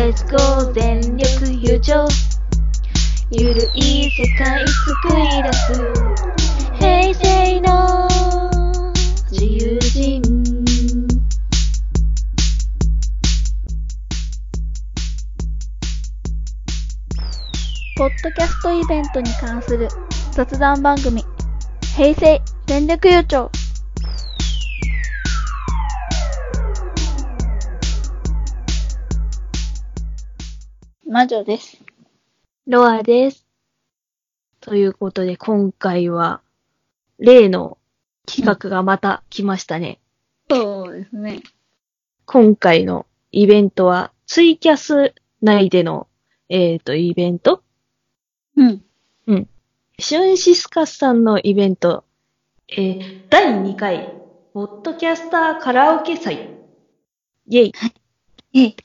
Let's go 全力友情ゆるい世界救い出す平成の自由人ポッドキャストイベントに関する雑談番組平成全力友情魔女です。ロアです。ということで今回は例の企画がまた来ましたね。 そうですね。 今回のイベントはツイキャス内でのイベントうん。 シュンシスカスさんのイベント、第2回ポッドキャスターカラオケ祭イェイ。 はい。イェイ。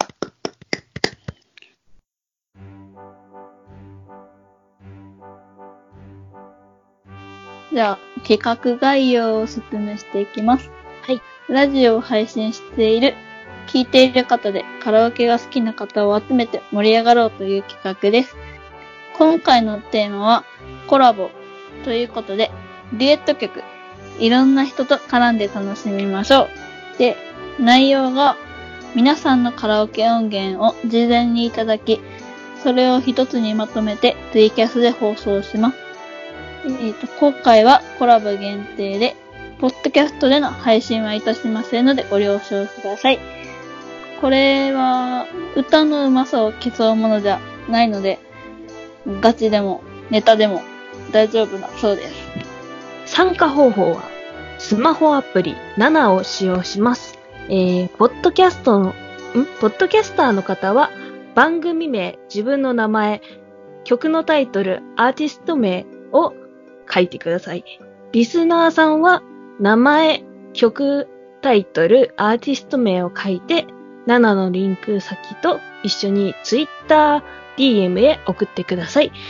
じゃあ、企画概要を説明していきます。 はい。 ラジオを配信している、聞いている方でカラオケが好きな方を集めて盛り上がろうという企画です。今回のテーマはコラボということで、デュエット曲、いろんな人と絡んで楽しみましょう。で、内容が皆さんのカラオケ音源を事前にいただき、それを一つにまとめてツイキャスで放送します。今回はコラボ限定で、ポッドキャストでの配信はいたしませんのでご了承ください。これは歌の上手さを競うものじゃないので、ガチでもネタでも大丈夫だそうです。 参加方法はスマホアプリ7を使用します。ポッドキャスターの方は番組名、自分の名前、曲のタイトル、アーティスト名を書いてください。リスナーさんは名前、曲、タイトル、アーティスト名を書いて7のリンク先と一緒に Twitter、DM へ送ってください。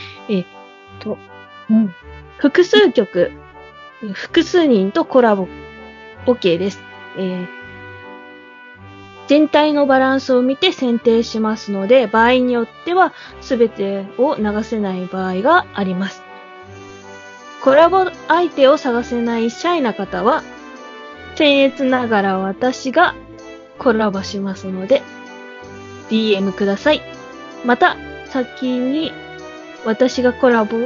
複数曲、複数人とコラボ OK です。全体のバランスを見て選定しますので、場合によっては全てを流せない場合があります。コラボ相手を探せないシャイな方は、僭越ながら私がコラボしますので、DM ください。また、先に私がコラボ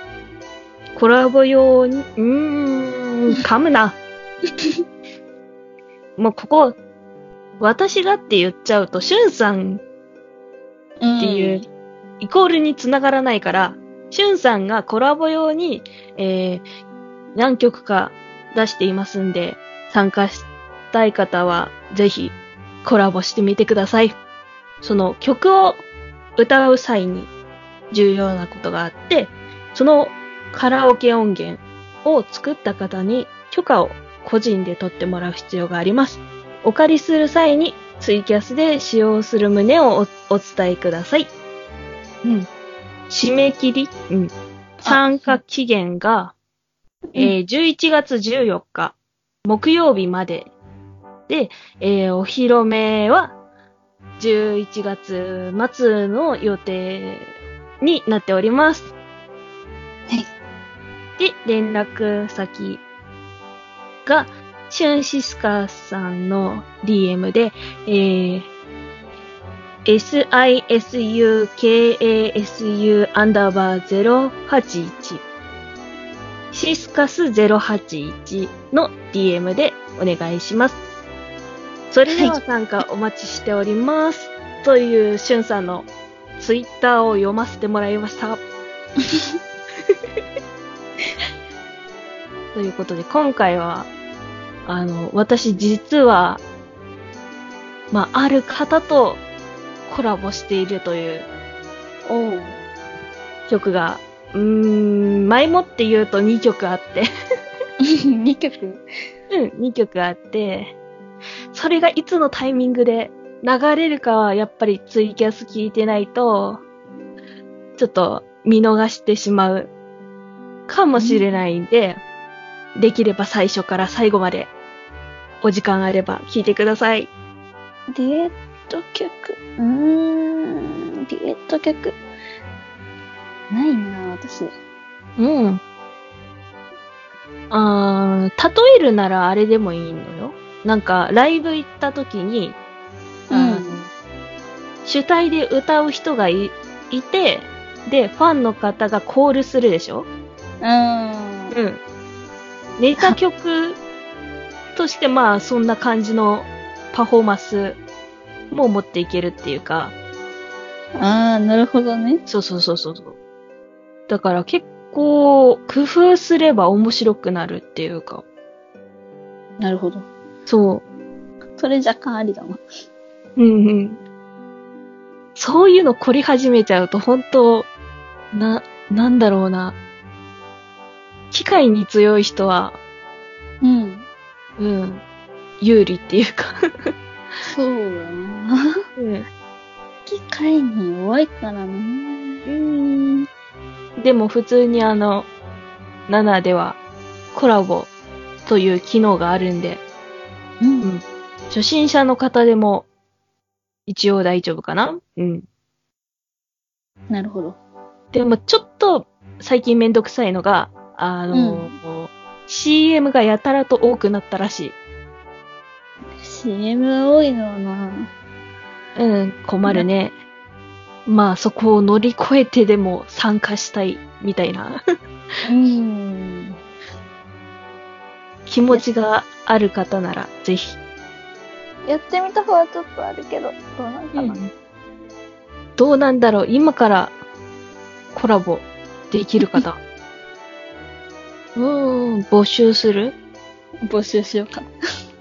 用に、噛むな。もうここ、私がって言っちゃうと、しゅんさんっていう、イコールに繋がらないから、しゅんさんがコラボ用に、何曲か出していますんで、参加したい方は、ぜひ、コラボしてみてください。その曲を歌う際に重要なことがあって、そのカラオケ音源を作った方に許可を個人で取ってもらう必要があります。お借りする際にツイキャスで使用する旨をお伝えください。締め切り、参加期限が、11月14日木曜日までで、お披露目は11月末の予定になっております。 はい。 で、連絡先が、シュンシスカさんの DM で、sisukasu_081 シスカス081の DM でお願いします。それでは参加お待ちしております。というシュンさんのツイッターを読ませてもらいました。ということで今回は私実はある方とコラボしているという曲が前もって言うと2曲あって 2曲 2曲あって、それがいつのタイミングで流れるかはやっぱりツイキャス聞いてないとちょっと見逃してしまうかもしれないんで、できれば最初から最後までお時間あれば聞いてください。 デュエット曲。デュエット曲。ないな、私。 うん。例えるならあれでもいいのよ。なんか、ライブ行った時に、主体で歌う人がいて、で、ファンの方がコールするでしょ？うん。ネタ曲としてまあ、そんな感じのパフォーマンスも持っていけるっていうか。 なるほどね。 そう。だから結構、工夫すれば面白くなるっていうか。 なるほど。 そう。 それ若干ありだな。 そういうの凝り始めちゃうと、本当なんだろうな。機械に強い人は、有利っていうかそうだな。機械に弱いからな。 でも普通に7ではコラボという機能があるんで、初心者の方でも一応大丈夫かな？ なるほど。 でもちょっと最近めんどくさいのが、CM がやたらと多くなったらしい。 CM が多いのはな。 困るね。まあそこを乗り越えてでも参加したいみたいな気持ちがある方ならぜひ。 やってみた方はちょっとあるけど、どうなんかな。 どうなんだろう、今からコラボできる方。募集する？ 募集しようかな。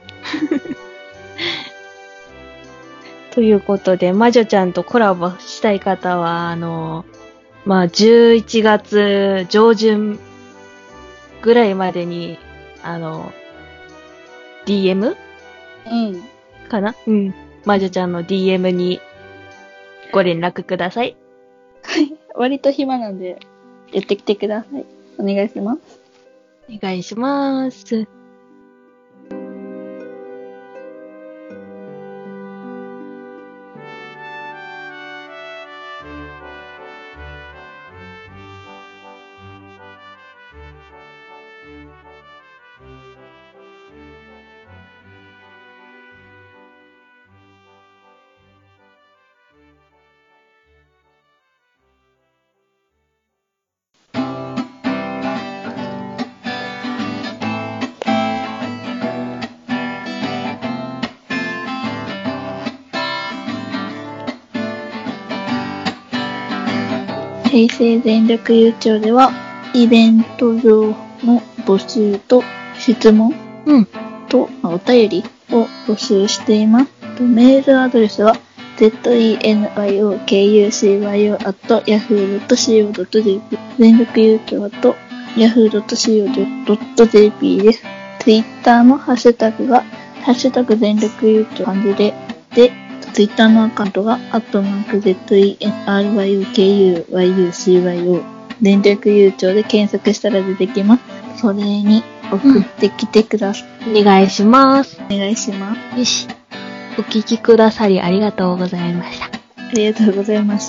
ということで、魔女ちゃんとコラボしたい方は、まあ、11月上旬ぐらいまでに、DM？かな？魔女ちゃんの DM にご連絡ください。 はい。割と暇なんで、やってきてください。お願いします。 お願いします。 平成全力優勝では、イベント上の募集と質問とお便りを募集しています。メールアドレスは zenyukucyo@yahoo.co.jp 全力優勝@yahoo.co.jp です。ツイッターのハッシュタグがハッシュタグ全力優勝漢字で、ツイッターのアカウントが@zenyukucyo 全力優勝で検索したら出てきます。それに送ってきてください。 お願いします。 お願いします。 よし。お聞きくださりありがとうございました。 ありがとうございました。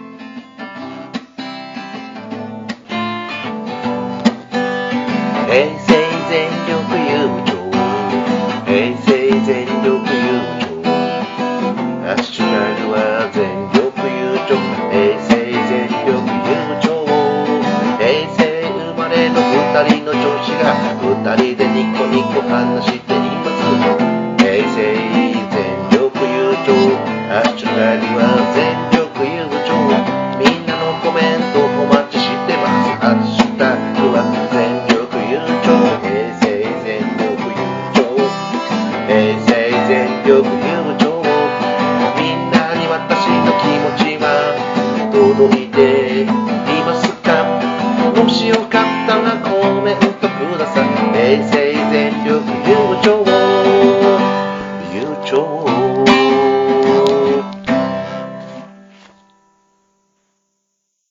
平成全力優勝、平成全力優勝、ハッシュタグは全力優勝、平成全力優勝、平成生まれの二人の女子が二人でニコニコ話しています。平成全力優勝、ハッシュタグは全力優勝、みんなのコメントお待ちしてます。ハッシュタグは全力優勝、平成全力優勝、平成全力優勝、みんなに私の気持ちは届いていますか？もしよ